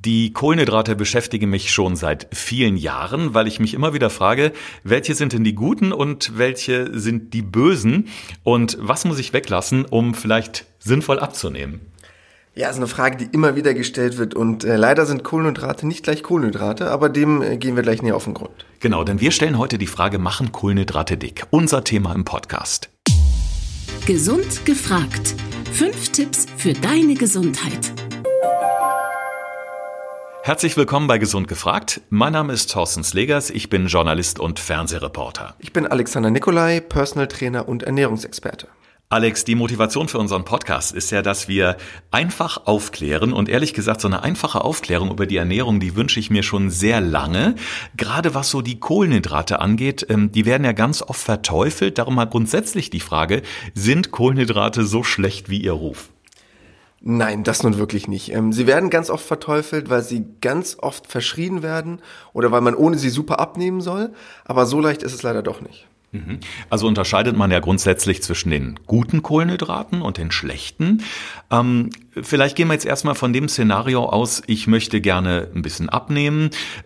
Die Kohlenhydrate beschäftigen mich schon seit vielen Jahren, weil ich mich immer wieder frage, welche sind denn die guten und welche sind die bösen und was muss ich weglassen, um vielleicht sinnvoll abzunehmen? Ja, ist eine Frage, die immer wieder gestellt wird und leider sind Kohlenhydrate nicht gleich Kohlenhydrate, aber dem gehen wir gleich näher auf den Grund. Genau, denn wir stellen heute die Frage, machen Kohlenhydrate dick? Unser Thema im Podcast. Gesund gefragt. 5 Tipps für deine Gesundheit. Herzlich willkommen bei Gesund gefragt. Mein Name ist Thorsten Slegers, ich bin Journalist und Fernsehreporter. Ich bin Alexander Nikolai, Personal Trainer und Ernährungsexperte. Alex, die Motivation für unseren Podcast ist ja, dass wir einfach aufklären und ehrlich gesagt, so eine einfache Aufklärung über die Ernährung, die wünsche ich mir schon sehr lange. Gerade was so die Kohlenhydrate angeht, die werden ja ganz oft verteufelt. Darum mal grundsätzlich die Frage, sind Kohlenhydrate so schlecht wie ihr Ruf? Nein, das nun wirklich nicht. Sie werden ganz oft verteufelt, weil sie ganz oft verschrien werden oder weil man ohne sie super abnehmen soll. Aber so leicht ist es leider doch nicht. Also unterscheidet man ja grundsätzlich zwischen den guten Kohlenhydraten und den schlechten. Vielleicht gehen wir jetzt erstmal von dem Szenario aus, ich möchte gerne ein bisschen abnehmen.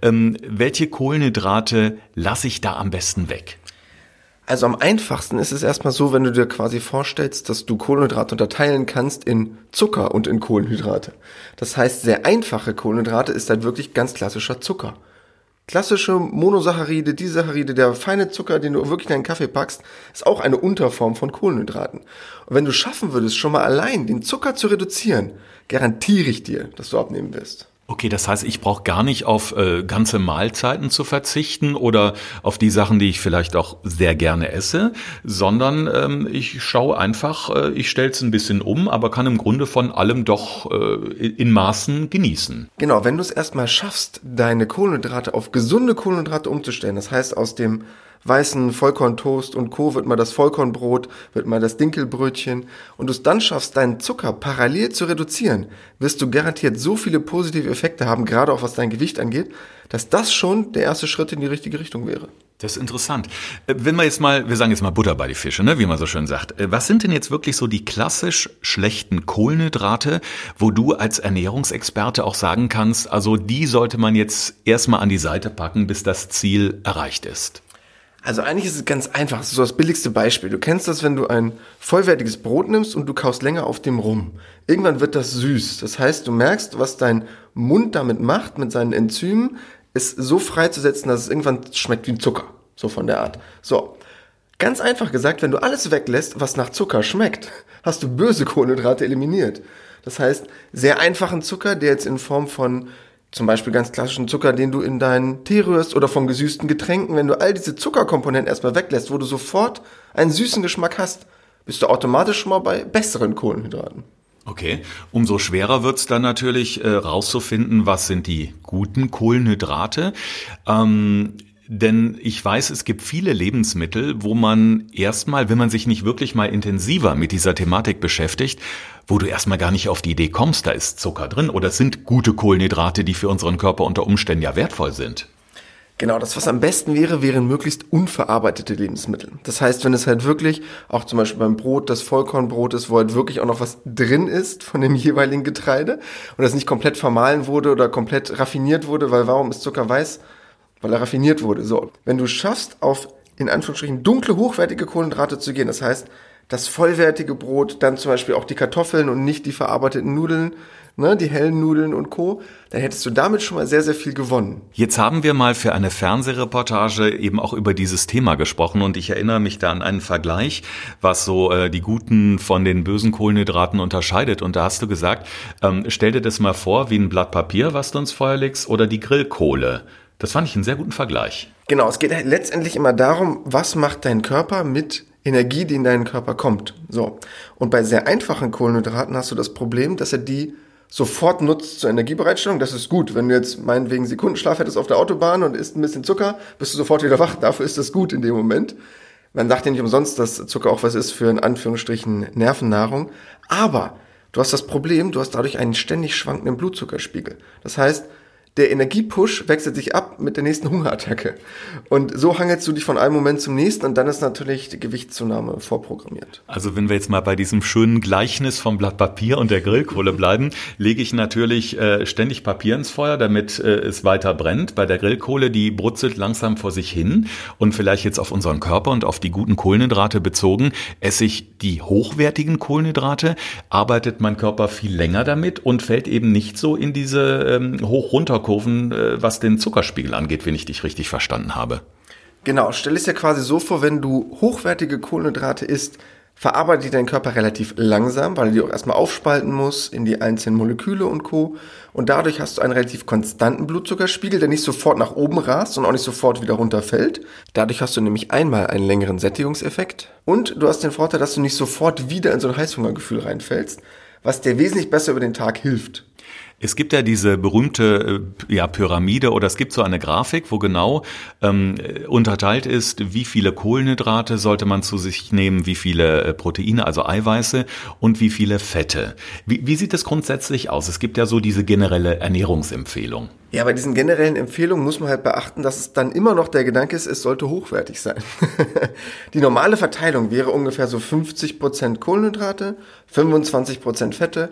Welche Kohlenhydrate lasse ich da am besten weg? Also am einfachsten ist es erstmal so, wenn du dir quasi vorstellst, dass du Kohlenhydrate unterteilen kannst in Zucker und in Kohlenhydrate. Das heißt, sehr einfache Kohlenhydrate ist halt wirklich ganz klassischer Zucker. Klassische Monosaccharide, Disaccharide, der feine Zucker, den du wirklich in deinen Kaffee packst, ist auch eine Unterform von Kohlenhydraten. Und wenn du schaffen würdest, schon mal allein den Zucker zu reduzieren, garantiere ich dir, dass du abnehmen wirst. Okay, das heißt, ich brauche gar nicht auf ganze Mahlzeiten zu verzichten oder auf die Sachen, die ich vielleicht auch sehr gerne esse, sondern ich schaue einfach, ich stelle es ein bisschen um, aber kann im Grunde von allem doch in Maßen genießen. Genau, wenn du es erstmal schaffst, deine Kohlenhydrate auf gesunde Kohlenhydrate umzustellen, das heißt aus dem weißen Vollkorntoast und Co. wird mal das Vollkornbrot, wird mal das Dinkelbrötchen und du es dann schaffst, deinen Zucker parallel zu reduzieren, wirst du garantiert so viele positive Effekte haben, gerade auch was dein Gewicht angeht, dass das schon der erste Schritt in die richtige Richtung wäre. Das ist interessant. Wenn wir sagen jetzt mal Butter bei die Fische, ne, wie man so schön sagt. Was sind denn jetzt wirklich so die klassisch schlechten Kohlenhydrate, wo du als Ernährungsexperte auch sagen kannst, also die sollte man jetzt erstmal an die Seite packen, bis das Ziel erreicht ist? Also eigentlich ist es ganz einfach, das ist so das billigste Beispiel. Du kennst das, wenn du ein vollwertiges Brot nimmst und du kaust länger auf dem rum. Irgendwann wird das süß. Das heißt, du merkst, was dein Mund damit macht, mit seinen Enzymen, ist so freizusetzen, dass es irgendwann schmeckt wie ein Zucker. So von der Art. So, ganz einfach gesagt, wenn du alles weglässt, was nach Zucker schmeckt, hast du böse Kohlenhydrate eliminiert. Das heißt, sehr einfachen Zucker, der jetzt in Form von zum Beispiel ganz klassischen Zucker, den du in deinen Tee rührst oder von gesüßten Getränken, wenn du all diese Zuckerkomponenten erstmal weglässt, wo du sofort einen süßen Geschmack hast, bist du automatisch schon mal bei besseren Kohlenhydraten. Okay, umso schwerer wird's dann natürlich rauszufinden, was sind die guten Kohlenhydrate. Denn ich weiß, es gibt viele Lebensmittel, wo man erstmal, wenn man sich nicht wirklich mal intensiver mit dieser Thematik beschäftigt, wo du erstmal gar nicht auf die Idee kommst, da ist Zucker drin oder es sind gute Kohlenhydrate, die für unseren Körper unter Umständen ja wertvoll sind. Genau, das was am besten wäre, wären möglichst unverarbeitete Lebensmittel. Das heißt, wenn es halt wirklich, auch zum Beispiel beim Brot, das Vollkornbrot ist, wo halt wirklich auch noch was drin ist von dem jeweiligen Getreide und das nicht komplett vermahlen wurde oder komplett raffiniert wurde, weil warum ist Zucker weiß? Weil er raffiniert wurde. So, wenn du schaffst, auf in Anführungsstrichen dunkle, hochwertige Kohlenhydrate zu gehen, das heißt, das vollwertige Brot, dann zum Beispiel auch die Kartoffeln und nicht die verarbeiteten Nudeln, ne, die hellen Nudeln und Co., dann hättest du damit schon mal sehr, sehr viel gewonnen. Jetzt haben wir mal für eine Fernsehreportage eben auch über dieses Thema gesprochen und ich erinnere mich da an einen Vergleich, was so die guten von den bösen Kohlenhydraten unterscheidet. Und da hast du gesagt, stell dir das mal vor wie ein Blatt Papier, was du ins Feuer legst, oder die Grillkohle. Das fand ich einen sehr guten Vergleich. Genau, es geht letztendlich immer darum, was macht dein Körper mit Energie, die in deinen Körper kommt. So. Und bei sehr einfachen Kohlenhydraten hast du das Problem, dass er die sofort nutzt zur Energiebereitstellung. Das ist gut. Wenn du jetzt meinetwegen Sekundenschlaf hättest auf der Autobahn und isst ein bisschen Zucker, bist du sofort wieder wach. Dafür ist das gut in dem Moment. Man sagt ja nicht umsonst, dass Zucker auch was ist für in Anführungsstrichen Nervennahrung. Aber du hast das Problem, du hast dadurch einen ständig schwankenden Blutzuckerspiegel. Das heißt, der Energiepush wechselt sich ab mit der nächsten Hungerattacke. Und so hangelst du dich von einem Moment zum nächsten und dann ist natürlich die Gewichtszunahme vorprogrammiert. Also wenn wir jetzt mal bei diesem schönen Gleichnis vom Blatt Papier und der Grillkohle bleiben, lege ich natürlich ständig Papier ins Feuer, damit es weiter brennt. Bei der Grillkohle, die brutzelt langsam vor sich hin und vielleicht jetzt auf unseren Körper und auf die guten Kohlenhydrate bezogen, esse ich die hochwertigen Kohlenhydrate, arbeitet mein Körper viel länger damit und fällt eben nicht so in diese Hoch-Runter-Kurven, was den Zuckerspiegel angeht, wenn ich dich richtig verstanden habe. Genau, stell es dir quasi so vor, wenn du hochwertige Kohlenhydrate isst, verarbeitet dein Körper relativ langsam, weil er die auch erstmal aufspalten muss in die einzelnen Moleküle und Co. Und dadurch hast du einen relativ konstanten Blutzuckerspiegel, der nicht sofort nach oben rast und auch nicht sofort wieder runterfällt. Dadurch hast du nämlich einmal einen längeren Sättigungseffekt und du hast den Vorteil, dass du nicht sofort wieder in so ein Heißhungergefühl reinfällst, was dir wesentlich besser über den Tag hilft. Es gibt ja diese berühmte Pyramide oder es gibt so eine Grafik, wo genau unterteilt ist, wie viele Kohlenhydrate sollte man zu sich nehmen, wie viele Proteine, also Eiweiße und wie viele Fette. Wie sieht es grundsätzlich aus? Es gibt ja so diese generelle Ernährungsempfehlung. Ja, bei diesen generellen Empfehlungen muss man halt beachten, dass es dann immer noch der Gedanke ist, es sollte hochwertig sein. Die normale Verteilung wäre ungefähr so 50% Kohlenhydrate, 25% Fette,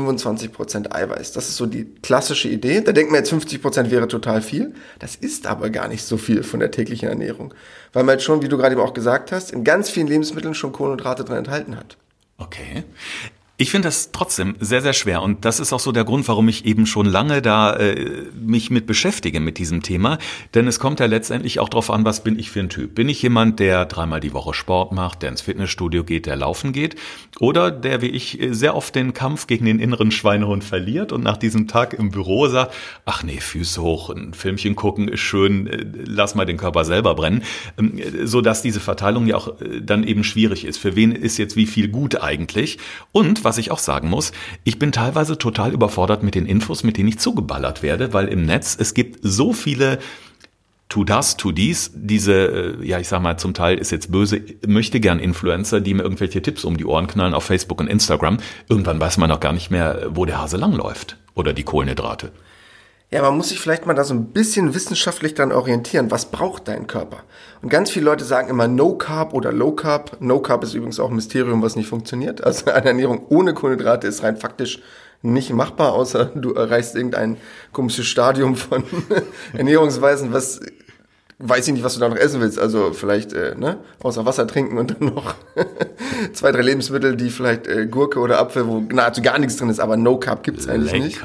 25% Eiweiß. Das ist so die klassische Idee. Da denkt man jetzt 50% wäre total viel. Das ist aber gar nicht so viel von der täglichen Ernährung. Weil man jetzt schon, wie du gerade eben auch gesagt hast, in ganz vielen Lebensmitteln schon Kohlenhydrate drin enthalten hat. Okay. Ich finde das trotzdem sehr, sehr schwer und das ist auch so der Grund, warum ich eben schon lange da mich mit beschäftige mit diesem Thema, denn es kommt ja letztendlich auch darauf an, was bin ich für ein Typ? Bin ich jemand, der 3-mal die Woche Sport macht, der ins Fitnessstudio geht, der laufen geht oder der wie ich sehr oft den Kampf gegen den inneren Schweinehund verliert und nach diesem Tag im Büro sagt, ach nee, Füße hoch, ein Filmchen gucken ist schön, lass mal den Körper selber brennen, so dass diese Verteilung ja auch dann eben schwierig ist. Für wen ist jetzt wie viel gut eigentlich? Und was ich auch sagen muss, ich bin teilweise total überfordert mit den Infos, mit denen ich zugeballert werde, weil im Netz, es gibt so viele tu das, tu dies, diese, ja ich sag mal, zum Teil ist jetzt böse, möchte gern Influencer, die mir irgendwelche Tipps um die Ohren knallen auf Facebook und Instagram. Irgendwann weiß man auch gar nicht mehr, wo der Hase langläuft oder die Kohlenhydrate. Ja, man muss sich vielleicht mal da so ein bisschen wissenschaftlich dran orientieren. Was braucht dein Körper? Und ganz viele Leute sagen immer No Carb oder Low Carb. No Carb ist übrigens auch ein Mysterium, was nicht funktioniert. Also eine Ernährung ohne Kohlenhydrate ist rein faktisch nicht machbar, außer du erreichst irgendein komisches Stadium von Ernährungsweisen, was weiß ich nicht, was du da noch essen willst. Also vielleicht außer Wasser trinken und dann noch 2, 3 Lebensmittel, die vielleicht Gurke oder Apfel, wo nahezu gar nichts drin ist, aber No Carb gibt's eigentlich nicht.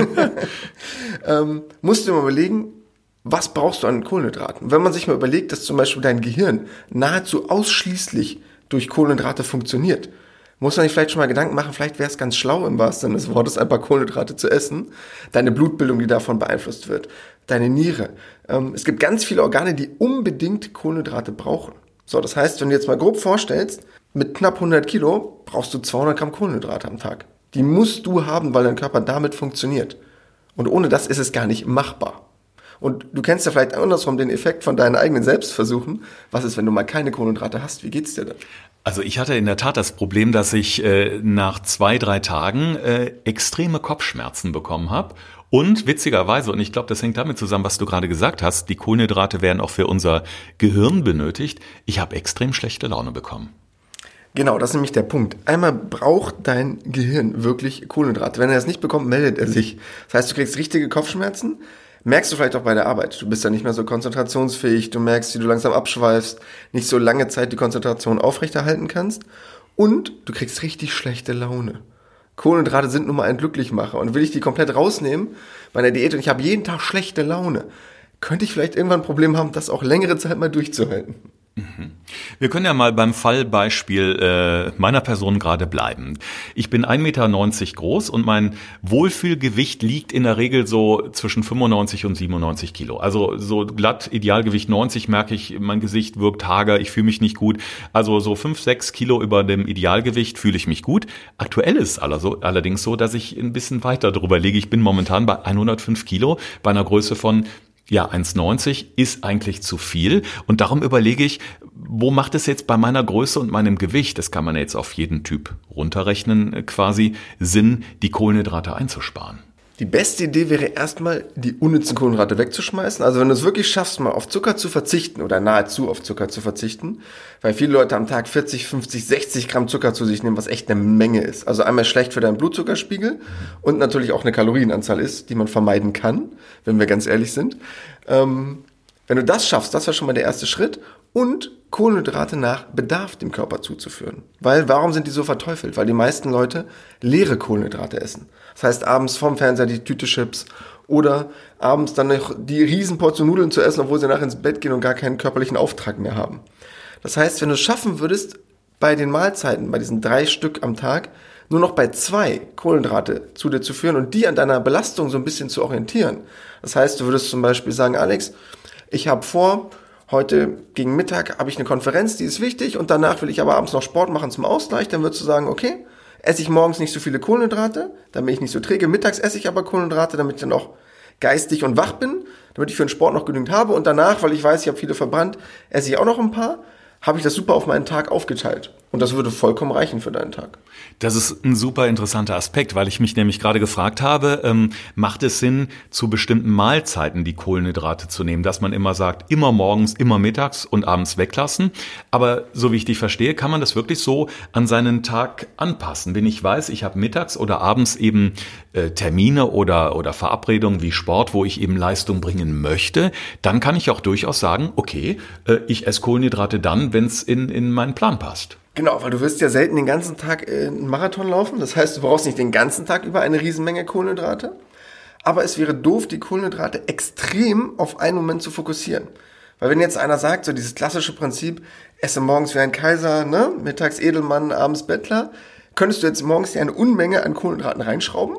Musst du dir mal überlegen, was brauchst du an Kohlenhydraten? Wenn man sich mal überlegt, dass zum Beispiel dein Gehirn nahezu ausschließlich durch Kohlenhydrate funktioniert, muss man sich vielleicht schon mal Gedanken machen, vielleicht wäre es ganz schlau im wahrsten Sinne des Wortes, ein paar Kohlenhydrate zu essen. Deine Blutbildung, die davon beeinflusst wird. Deine Niere. Es gibt ganz viele Organe, die unbedingt Kohlenhydrate brauchen. So, das heißt, wenn du jetzt mal grob vorstellst, mit knapp 100 Kilo brauchst du 200 Gramm Kohlenhydrate am Tag. Die musst du haben, weil dein Körper damit funktioniert. Und ohne das ist es gar nicht machbar. Und du kennst ja vielleicht andersrum den Effekt von deinen eigenen Selbstversuchen. Was ist, wenn du mal keine Kohlenhydrate hast? Wie geht's dir dann? Also ich hatte in der Tat das Problem, dass ich nach 2-3 Tagen extreme Kopfschmerzen bekommen habe. Und witzigerweise, und ich glaube, das hängt damit zusammen, was du gerade gesagt hast, die Kohlenhydrate werden auch für unser Gehirn benötigt. Ich habe extrem schlechte Laune bekommen. Genau, das ist nämlich der Punkt. Einmal braucht dein Gehirn wirklich Kohlenhydrate. Wenn er das nicht bekommt, meldet er sich. Das heißt, du kriegst richtige Kopfschmerzen. Merkst du vielleicht auch bei der Arbeit. Du bist ja nicht mehr so konzentrationsfähig. Du merkst, wie du langsam abschweifst, nicht so lange Zeit die Konzentration aufrechterhalten kannst. Und du kriegst richtig schlechte Laune. Kohlenhydrate sind nun mal ein Glücklichmacher. Und will ich die komplett rausnehmen bei einer Diät und ich habe jeden Tag schlechte Laune, könnte ich vielleicht irgendwann ein Problem haben, das auch längere Zeit mal durchzuhalten. Wir können ja mal beim Fallbeispiel meiner Person gerade bleiben. Ich bin 1,90 Meter groß und mein Wohlfühlgewicht liegt in der Regel so zwischen 95 und 97 Kilo. Also so glatt Idealgewicht 90 merke ich, mein Gesicht wirkt hager, ich fühle mich nicht gut. Also so 5-6 Kilo über dem Idealgewicht fühle ich mich gut. Aktuell ist es allerdings so, dass ich ein bisschen weiter drüber liege. Ich bin momentan bei 105 Kilo, bei einer Größe von 1,90 ist eigentlich zu viel und darum überlege ich, wo macht es jetzt bei meiner Größe und meinem Gewicht, das kann man jetzt auf jeden Typ runterrechnen quasi, Sinn, die Kohlenhydrate einzusparen? Die beste Idee wäre erstmal, die unnützen Kohlenhydrate wegzuschmeißen. Also wenn du es wirklich schaffst, mal auf Zucker zu verzichten oder nahezu auf Zucker zu verzichten, weil viele Leute am Tag 40, 50, 60 Gramm Zucker zu sich nehmen, was echt eine Menge ist. Also einmal schlecht für deinen Blutzuckerspiegel und natürlich auch eine Kalorienanzahl ist, die man vermeiden kann, wenn wir ganz ehrlich sind. Wenn du das schaffst, das wäre schon mal der erste Schritt. Und Kohlenhydrate nach Bedarf dem Körper zuzuführen. Weil, warum sind die so verteufelt? Weil die meisten Leute leere Kohlenhydrate essen. Das heißt, abends vorm Fernseher die Tüte Chips oder abends dann noch die Riesenportion Nudeln zu essen, obwohl sie nachher ins Bett gehen und gar keinen körperlichen Auftrag mehr haben. Das heißt, wenn du es schaffen würdest, bei den Mahlzeiten, bei diesen 3 Stück am Tag, nur noch bei 2 Kohlenhydrate zu dir zu führen und die an deiner Belastung so ein bisschen zu orientieren. Das heißt, du würdest zum Beispiel sagen, Alex, ich habe vor, heute gegen Mittag habe ich eine Konferenz, die ist wichtig und danach will ich aber abends noch Sport machen zum Ausgleich. Dann würdest du sagen, okay, esse ich morgens nicht so viele Kohlenhydrate, damit ich nicht so träge. Mittags esse ich aber Kohlenhydrate, damit ich dann auch geistig und wach bin, damit ich für den Sport noch genügend habe. Und danach, weil ich weiß, ich habe viele verbrannt, esse ich auch noch ein paar. Habe ich das super auf meinen Tag aufgeteilt. Und das würde vollkommen reichen für deinen Tag. Das ist ein super interessanter Aspekt, weil ich mich nämlich gerade gefragt habe, macht es Sinn, zu bestimmten Mahlzeiten die Kohlenhydrate zu nehmen, dass man immer sagt, immer morgens, immer mittags und abends weglassen. Aber so wie ich dich verstehe, kann man das wirklich so an seinen Tag anpassen. Wenn ich weiß, ich habe mittags oder abends eben Termine oder Verabredungen wie Sport, wo ich eben Leistung bringen möchte, dann kann ich auch durchaus sagen, okay, ich esse Kohlenhydrate dann, wenn es in meinen Plan passt. Genau, weil du wirst ja selten den ganzen Tag einen Marathon laufen. Das heißt, du brauchst nicht den ganzen Tag über eine Riesenmenge Kohlenhydrate. Aber es wäre doof, die Kohlenhydrate extrem auf einen Moment zu fokussieren. Weil wenn jetzt einer sagt, so dieses klassische Prinzip, esse morgens wie ein Kaiser, ne, mittags Edelmann, abends Bettler, könntest du jetzt morgens ja eine Unmenge an Kohlenhydraten reinschrauben.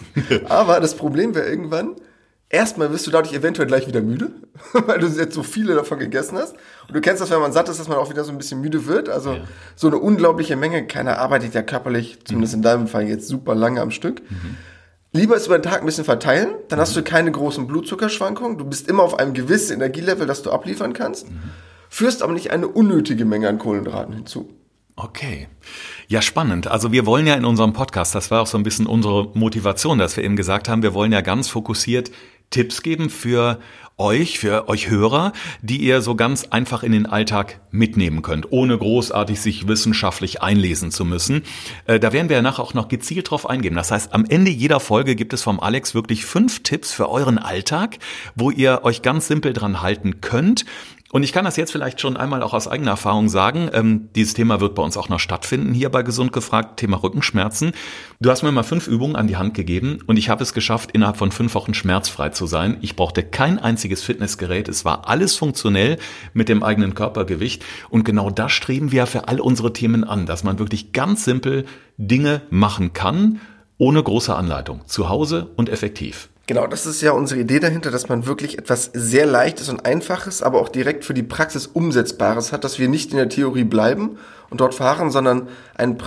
Aber das Problem wäre irgendwann, erstmal wirst du dadurch eventuell gleich wieder müde, weil du jetzt so viele davon gegessen hast. Und du kennst das, wenn man satt ist, dass man auch wieder so ein bisschen müde wird. Also ja. So eine unglaubliche Menge. Keiner arbeitet ja körperlich, zumindest in deinem Fall jetzt super lange am Stück. Lieber es über den Tag ein bisschen verteilen, dann hast du keine großen Blutzuckerschwankungen. Du bist immer auf einem gewissen Energielevel, das du abliefern kannst, führst aber nicht eine unnötige Menge an Kohlenhydraten hinzu. Okay. Ja, spannend. Also wir wollen ja in unserem Podcast, das war auch so ein bisschen unsere Motivation, dass wir eben gesagt haben, wir wollen ja ganz fokussiert Tipps geben für euch Hörer, die ihr so ganz einfach in den Alltag mitnehmen könnt, ohne großartig sich wissenschaftlich einlesen zu müssen. Da werden wir ja nachher auch noch gezielt drauf eingehen. Das heißt, am Ende jeder Folge gibt es vom Alex wirklich 5 Tipps für euren Alltag, wo ihr euch ganz simpel dran halten könnt. Und ich kann das jetzt vielleicht schon einmal auch aus eigener Erfahrung sagen. Dieses Thema wird bei uns auch noch stattfinden, hier bei Gesund gefragt, Thema Rückenschmerzen. Du hast mir mal 5 Übungen an die Hand gegeben und ich habe es geschafft, innerhalb von 5 Wochen schmerzfrei zu sein. Ich brauchte kein einziges Fitnessgerät. Es war alles funktionell mit dem eigenen Körpergewicht. Und genau das streben wir für all unsere Themen an, dass man wirklich ganz simpel Dinge machen kann, ohne große Anleitung, zu Hause und effektiv. Genau, das ist ja unsere Idee dahinter, dass man wirklich etwas sehr Leichtes und Einfaches, aber auch direkt für die Praxis Umsetzbares hat, dass wir nicht in der Theorie bleiben und dort verharren, sondern einen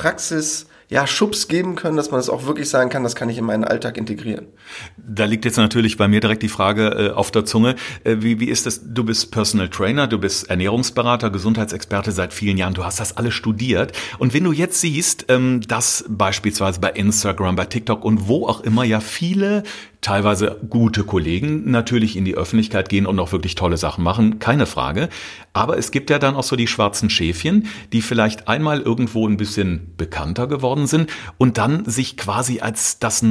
Schubs geben können, dass man es auch wirklich sagen kann, das kann ich in meinen Alltag integrieren. Da liegt jetzt natürlich bei mir direkt die Frage auf der Zunge, wie ist das, du bist Personal Trainer, du bist Ernährungsberater, Gesundheitsexperte seit vielen Jahren, du hast das alles studiert und wenn du jetzt siehst, dass beispielsweise bei Instagram, bei TikTok und wo auch immer ja viele teilweise gute Kollegen natürlich in die Öffentlichkeit gehen und auch wirklich tolle Sachen machen, keine Frage. Aber es gibt ja dann auch so die schwarzen Schäfchen, die vielleicht einmal irgendwo ein bisschen bekannter geworden sind und dann sich quasi als das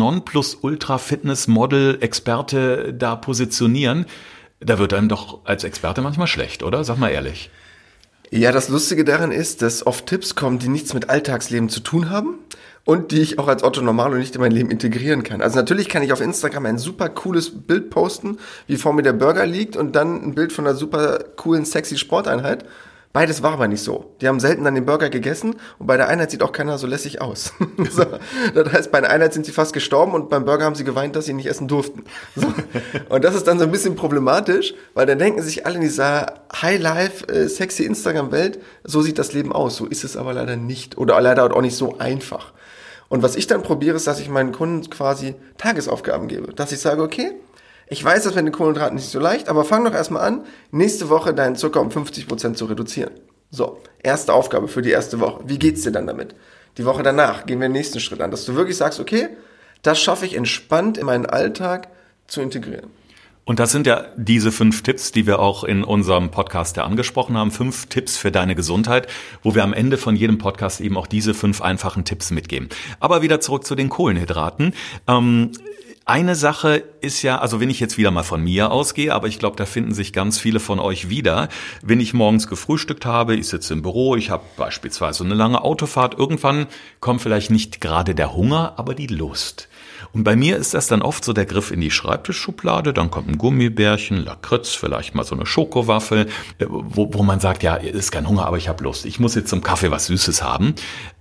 Nonplusultra-Fitness-Model-Experte da positionieren. Da wird einem doch als Experte manchmal schlecht, oder? Sag mal ehrlich. Ja, das Lustige daran ist, dass oft Tipps kommen, die nichts mit Alltagsleben zu tun haben und die ich auch als Otto Normalo nicht in mein Leben integrieren kann. Also natürlich kann ich auf Instagram ein super cooles Bild posten, wie vor mir der Burger liegt und dann ein Bild von einer super coolen, sexy Sporteinheit. Beides war aber nicht so. Die haben selten dann den Burger gegessen und bei der Einheit sieht auch keiner so lässig aus. So, das heißt, bei der Einheit sind sie fast gestorben und beim Burger haben sie geweint, dass sie nicht essen durften. So. Und das ist dann so ein bisschen problematisch, weil dann denken sich alle in dieser High-Life, sexy Instagram-Welt, so sieht das Leben aus. So ist es aber leider nicht oder leider auch nicht so einfach. Und was ich dann probiere, ist, dass ich meinen Kunden quasi Tagesaufgaben gebe. Dass ich sage, okay, ich weiß, das mit den Kohlenhydraten nicht so leicht, aber fang doch erstmal an, nächste Woche deinen Zucker um 50% zu reduzieren. So, erste Aufgabe für die erste Woche. Wie geht's dir dann damit? Die Woche danach gehen wir den nächsten Schritt an, dass du wirklich sagst, okay, Das schaffe ich entspannt in meinen Alltag zu integrieren. Und das sind ja diese 5 Tipps, die wir auch in unserem Podcast ja angesprochen haben. 5 Tipps für deine Gesundheit, wo wir am Ende von jedem Podcast eben auch diese 5 einfachen Tipps mitgeben. Aber wieder zurück zu den Kohlenhydraten. Eine Sache ist ja, also wenn ich jetzt wieder mal von mir ausgehe, aber ich glaube, da finden sich ganz viele von euch wieder, wenn ich morgens gefrühstückt habe, ich sitze im Büro, ich habe beispielsweise eine lange Autofahrt, irgendwann kommt vielleicht nicht gerade der Hunger, aber die Lust. Und bei mir ist das dann oft so der Griff in die Schreibtischschublade, dann kommt ein Gummibärchen, Lakritz, vielleicht mal so eine Schokowaffel, wo man sagt, ja, ist kein Hunger, aber ich habe Lust, ich muss jetzt zum Kaffee was Süßes haben.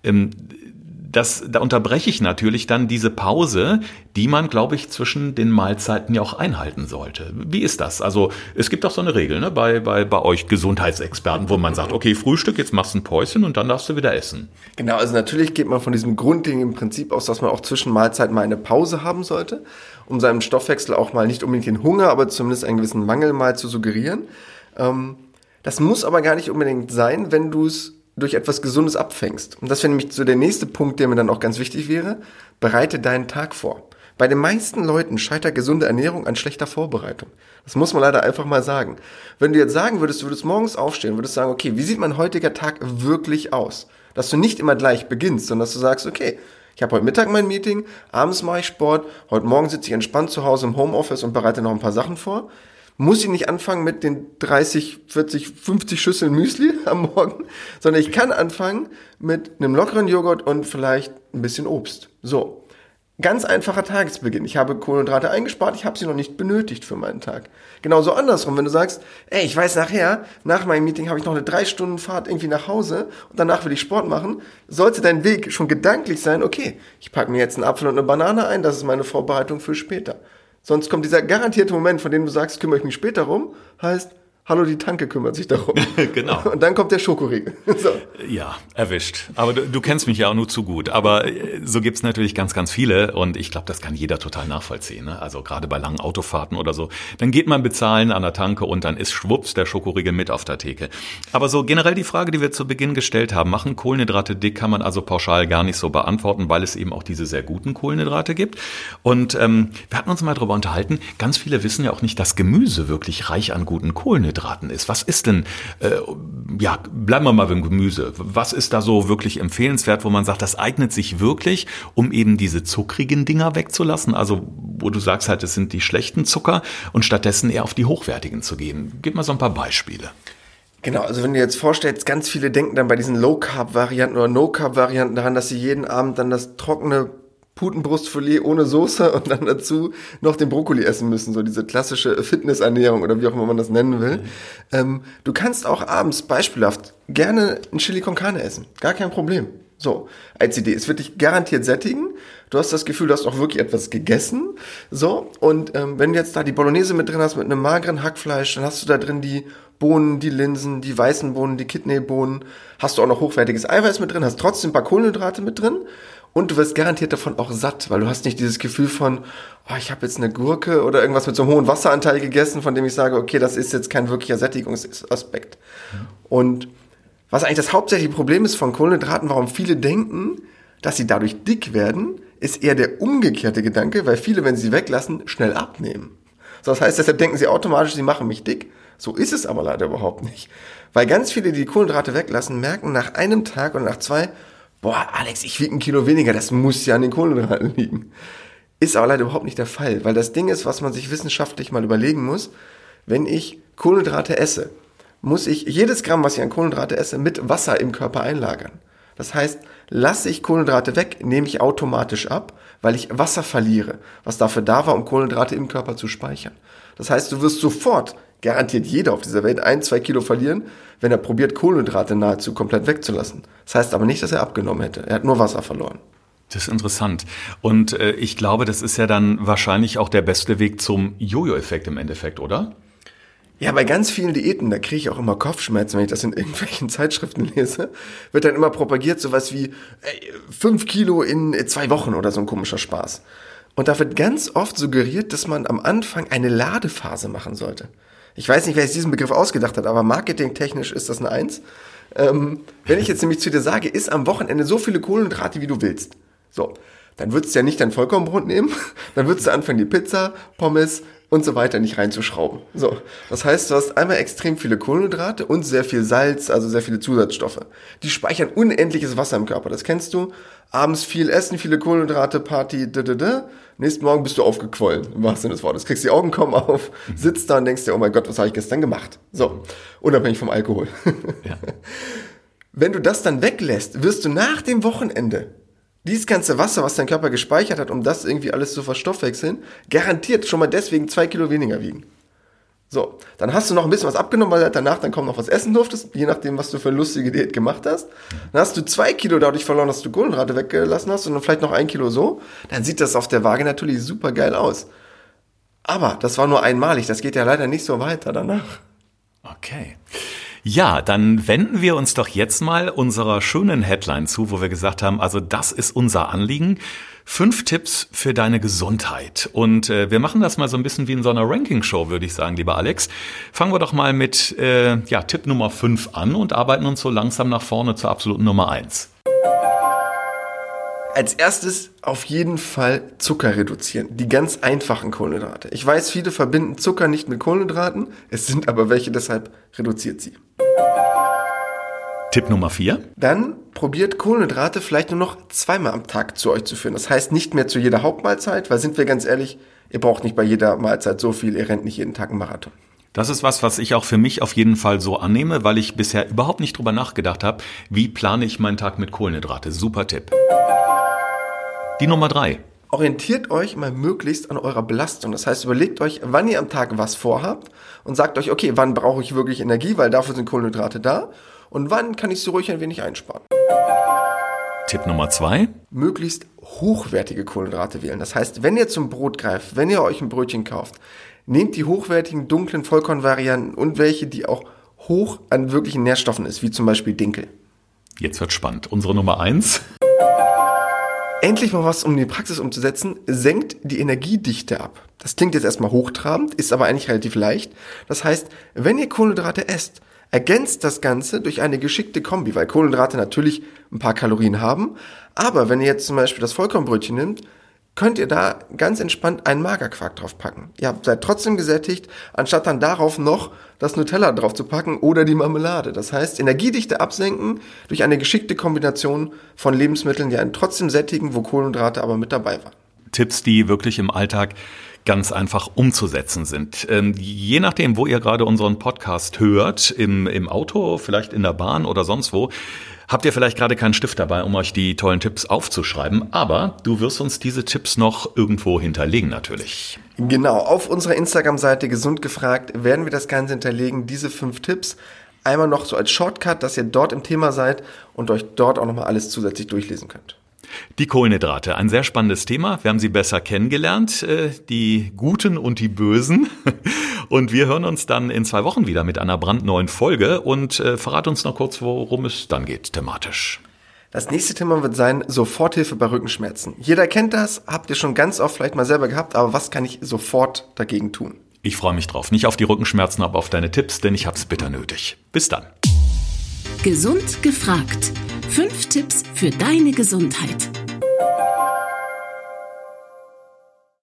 Da unterbreche ich natürlich dann diese Pause, die man, glaube ich, zwischen den Mahlzeiten ja auch einhalten sollte. Wie ist das? Also es gibt auch so eine Regel, ne, bei euch Gesundheitsexperten, wo man sagt, okay, Frühstück, jetzt machst du ein Päuschen und dann darfst du wieder essen. Genau, also natürlich geht man von diesem grundlegenden Prinzip aus, dass man auch zwischen Mahlzeiten mal eine Pause haben sollte, um seinem Stoffwechsel auch mal nicht unbedingt den Hunger, aber zumindest einen gewissen Mangel mal zu suggerieren. Das muss aber gar nicht unbedingt sein, wenn du es durch etwas Gesundes abfängst. Und das wäre nämlich so der nächste Punkt, der mir dann auch ganz wichtig wäre. Bereite deinen Tag vor. Bei den meisten Leuten scheitert gesunde Ernährung an schlechter Vorbereitung. Das muss man leider einfach mal sagen. Wenn du jetzt sagen würdest, du würdest morgens aufstehen, würdest sagen, okay, wie sieht mein heutiger Tag wirklich aus? Dass du nicht immer gleich beginnst, sondern dass du sagst, okay, ich habe heute Mittag mein Meeting, abends mache ich Sport, heute Morgen sitze ich entspannt zu Hause im Homeoffice und bereite noch ein paar Sachen vor. Muss ich nicht anfangen mit den 30, 40, 50 Schüsseln Müsli am Morgen, sondern ich kann anfangen mit einem lockeren Joghurt und vielleicht ein bisschen Obst. So, ganz einfacher Tagesbeginn. Ich habe Kohlenhydrate eingespart, ich habe sie noch nicht benötigt für meinen Tag. Genauso andersrum, wenn du sagst, ey, ich weiß nachher, nach meinem Meeting habe ich noch eine 3-Stunden-Fahrt irgendwie nach Hause und danach will ich Sport machen, sollte dein Weg schon gedanklich sein, okay, ich packe mir jetzt einen Apfel und eine Banane ein, das ist meine Vorbereitung für später. Sonst kommt dieser garantierte Moment, von dem du sagst, kümmere ich mich später rum, heißt, hallo, die Tanke kümmert sich darum. Genau. Und dann kommt der Schokoriegel. So. Ja, erwischt. Aber du kennst mich ja auch nur zu gut. Aber so gibt's natürlich ganz, ganz viele. Und ich glaube, das kann jeder total nachvollziehen. Ne? Also gerade bei langen Autofahrten oder so. Dann geht man bezahlen an der Tanke und dann ist schwupps der Schokoriegel mit auf der Theke. Aber so generell die Frage, die wir zu Beginn gestellt haben, machen Kohlenhydrate dick, kann man also pauschal gar nicht so beantworten, weil es eben auch diese sehr guten Kohlenhydrate gibt. Und wir hatten uns mal darüber unterhalten, ganz viele wissen ja auch nicht, dass Gemüse wirklich reich an guten Kohlenhydraten ist. Was ist denn, bleiben wir mal beim Gemüse. Was ist da so wirklich empfehlenswert, wo man sagt, das eignet sich wirklich, um eben diese zuckrigen Dinger wegzulassen? Also, wo du sagst halt, es sind die schlechten Zucker und stattdessen eher auf die hochwertigen zu gehen. Gib mal so ein paar Beispiele. Genau, also wenn du jetzt vorstellst, ganz viele denken dann bei diesen Low-Carb-Varianten oder No-Carb-Varianten daran, dass sie jeden Abend dann das trockene Putenbrustfilet ohne Soße und dann dazu noch den Brokkoli essen müssen, so diese klassische Fitnessernährung oder wie auch immer man das nennen will. Du kannst auch abends beispielhaft gerne ein Chili con Carne essen, gar kein Problem. So, als Idee, es wird dich garantiert sättigen, du hast das Gefühl, du hast auch wirklich etwas gegessen, so, und wenn du jetzt da die Bolognese mit drin hast, mit einem mageren Hackfleisch, dann hast du da drin die Bohnen, die Linsen, die weißen Bohnen, die Kidneybohnen, hast du auch noch hochwertiges Eiweiß mit drin, hast trotzdem ein paar Kohlenhydrate mit drin. Und du wirst garantiert davon auch satt, weil du hast nicht dieses Gefühl von, oh, ich habe jetzt eine Gurke oder irgendwas mit so einem hohen Wasseranteil gegessen, von dem ich sage, okay, das ist jetzt kein wirklicher Sättigungsaspekt. Und was eigentlich das hauptsächliche Problem ist von Kohlenhydraten, warum viele denken, dass sie dadurch dick werden, ist eher der umgekehrte Gedanke, weil viele, wenn sie sie weglassen, schnell abnehmen. So, das heißt, deshalb denken sie automatisch, sie machen mich dick. So ist es aber leider überhaupt nicht. Weil ganz viele, die Kohlenhydrate weglassen, merken nach einem Tag oder nach 2, boah, Alex, ich wiege 1 Kilo weniger, das muss ja an den Kohlenhydraten liegen. Ist aber leider überhaupt nicht der Fall, weil das Ding ist, was man sich wissenschaftlich mal überlegen muss, wenn ich Kohlenhydrate esse, muss ich jedes Gramm, was ich an Kohlenhydrate esse, mit Wasser im Körper einlagern. Das heißt, lasse ich Kohlenhydrate weg, nehme ich automatisch ab, weil ich Wasser verliere, was dafür da war, um Kohlenhydrate im Körper zu speichern. Das heißt, du wirst sofort, garantiert jeder auf dieser Welt, 1-2 Kilo verlieren, wenn er probiert, Kohlenhydrate nahezu komplett wegzulassen. Das heißt aber nicht, dass er abgenommen hätte. Er hat nur Wasser verloren. Das ist interessant. Und ich glaube, das ist ja dann wahrscheinlich auch der beste Weg zum Jojo-Effekt im Endeffekt, oder? Ja, bei ganz vielen Diäten, da kriege ich auch immer Kopfschmerzen, wenn ich das in irgendwelchen Zeitschriften lese, wird dann immer propagiert sowas wie 5 Kilo in 2 Wochen oder so ein komischer Spaß. Und da wird ganz oft suggeriert, dass man am Anfang eine Ladephase machen sollte. Ich weiß nicht, wer sich diesen Begriff ausgedacht hat, aber marketingtechnisch ist das eine 1. Wenn ich jetzt nämlich zu dir sage, iss am Wochenende so viele Kohlenhydrate, wie du willst. So, dann würdest du ja nicht dein Vollkornbrot nehmen, dann würdest du anfangen, die Pizza, Pommes und so weiter nicht reinzuschrauben. So, das heißt, du hast einmal extrem viele Kohlenhydrate und sehr viel Salz, also sehr viele Zusatzstoffe. Die speichern unendliches Wasser im Körper, das kennst du. Abends viel essen, viele Kohlenhydrate, Party, nächsten Morgen bist du aufgequollen, im wahrsten Sinne des Wortes. Kriegst die Augen kaum auf, sitzt da und denkst dir, oh mein Gott, was habe ich gestern gemacht? So, unabhängig vom Alkohol. Ja. Wenn du das dann weglässt, wirst du nach dem Wochenende dieses ganze Wasser, was dein Körper gespeichert hat, um das irgendwie alles zu verstoffwechseln, garantiert schon mal deswegen 2 Kilo weniger wiegen. So, dann hast du noch ein bisschen was abgenommen, weil danach dann kaum noch was essen durftest, je nachdem, was du für eine lustige Diät gemacht hast. Dann hast du 2 Kilo dadurch verloren, dass du Kohlenhydrate weggelassen hast und dann vielleicht noch 1 Kilo so. Dann sieht das auf der Waage natürlich super geil aus. Aber das war nur einmalig, das geht ja leider nicht so weiter danach. Okay. Ja, dann wenden wir uns doch jetzt mal unserer schönen Headline zu, wo wir gesagt haben, also das ist unser Anliegen. 5 Tipps für deine Gesundheit. Und wir machen das mal so ein bisschen wie in so einer Ranking-Show, würde ich sagen, lieber Alex. Fangen wir doch mal mit Tipp Nummer 5 an und arbeiten uns so langsam nach vorne zur absoluten Nummer 1. Als erstes auf jeden Fall Zucker reduzieren. Die ganz einfachen Kohlenhydrate. Ich weiß, viele verbinden Zucker nicht mit Kohlenhydraten. Es sind aber welche, deshalb reduziert sie. Tipp Nummer 4. Dann probiert Kohlenhydrate vielleicht nur noch 2-mal am Tag zu euch zu führen. Das heißt nicht mehr zu jeder Hauptmahlzeit, weil sind wir ganz ehrlich, ihr braucht nicht bei jeder Mahlzeit so viel, ihr rennt nicht jeden Tag einen Marathon. Das ist was ich auch für mich auf jeden Fall so annehme, weil ich bisher überhaupt nicht drüber nachgedacht habe, wie plane ich meinen Tag mit Kohlenhydrate. Super Tipp. Die Nummer 3. Orientiert euch mal möglichst an eurer Belastung. Das heißt, überlegt euch, wann ihr am Tag was vorhabt und sagt euch, okay, wann brauche ich wirklich Energie, weil dafür sind Kohlenhydrate da und wann kann ich sie ruhig ein wenig einsparen. Tipp Nummer 2. Möglichst hochwertige Kohlenhydrate wählen. Das heißt, wenn ihr zum Brot greift, wenn ihr euch ein Brötchen kauft, nehmt die hochwertigen, dunklen Vollkornvarianten und welche, die auch hoch an wirklichen Nährstoffen ist, wie zum Beispiel Dinkel. Jetzt wird spannend. Unsere Nummer 1. Endlich mal was, um in die Praxis umzusetzen, senkt die Energiedichte ab. Das klingt jetzt erstmal hochtrabend, ist aber eigentlich relativ leicht. Das heißt, wenn ihr Kohlenhydrate esst, ergänzt das Ganze durch eine geschickte Kombi, weil Kohlenhydrate natürlich ein paar Kalorien haben. Aber wenn ihr jetzt zum Beispiel das Vollkornbrötchen nimmt, könnt ihr da ganz entspannt einen Magerquark drauf packen. Ihr seid trotzdem gesättigt, anstatt dann darauf noch das Nutella drauf zu packen oder die Marmelade. Das heißt, Energiedichte absenken durch eine geschickte Kombination von Lebensmitteln, die einen trotzdem sättigen, wo Kohlenhydrate aber mit dabei waren. Tipps, die wirklich im Alltag ganz einfach umzusetzen sind. Je nachdem, wo ihr gerade unseren Podcast hört, im Auto, vielleicht in der Bahn oder sonst wo, habt ihr vielleicht gerade keinen Stift dabei, um euch die tollen Tipps aufzuschreiben, aber du wirst uns diese Tipps noch irgendwo hinterlegen natürlich. Genau, auf unserer Instagram-Seite Gesund gefragt werden wir das Ganze hinterlegen, diese 5 Tipps. Einmal noch so als Shortcut, dass ihr dort im Thema seid und euch dort auch nochmal alles zusätzlich durchlesen könnt. Die Kohlenhydrate, ein sehr spannendes Thema. Wir haben sie besser kennengelernt, die Guten und die Bösen. Und wir hören uns dann in 2 Wochen wieder mit einer brandneuen Folge und verrat uns noch kurz, worum es dann geht thematisch. Das nächste Thema wird sein, Soforthilfe bei Rückenschmerzen. Jeder kennt das, habt ihr schon ganz oft vielleicht mal selber gehabt, aber was kann ich sofort dagegen tun? Ich freue mich drauf. Nicht auf die Rückenschmerzen, aber auf deine Tipps, denn ich hab's bitter nötig. Bis dann. Gesund gefragt. 5 Tipps für deine Gesundheit.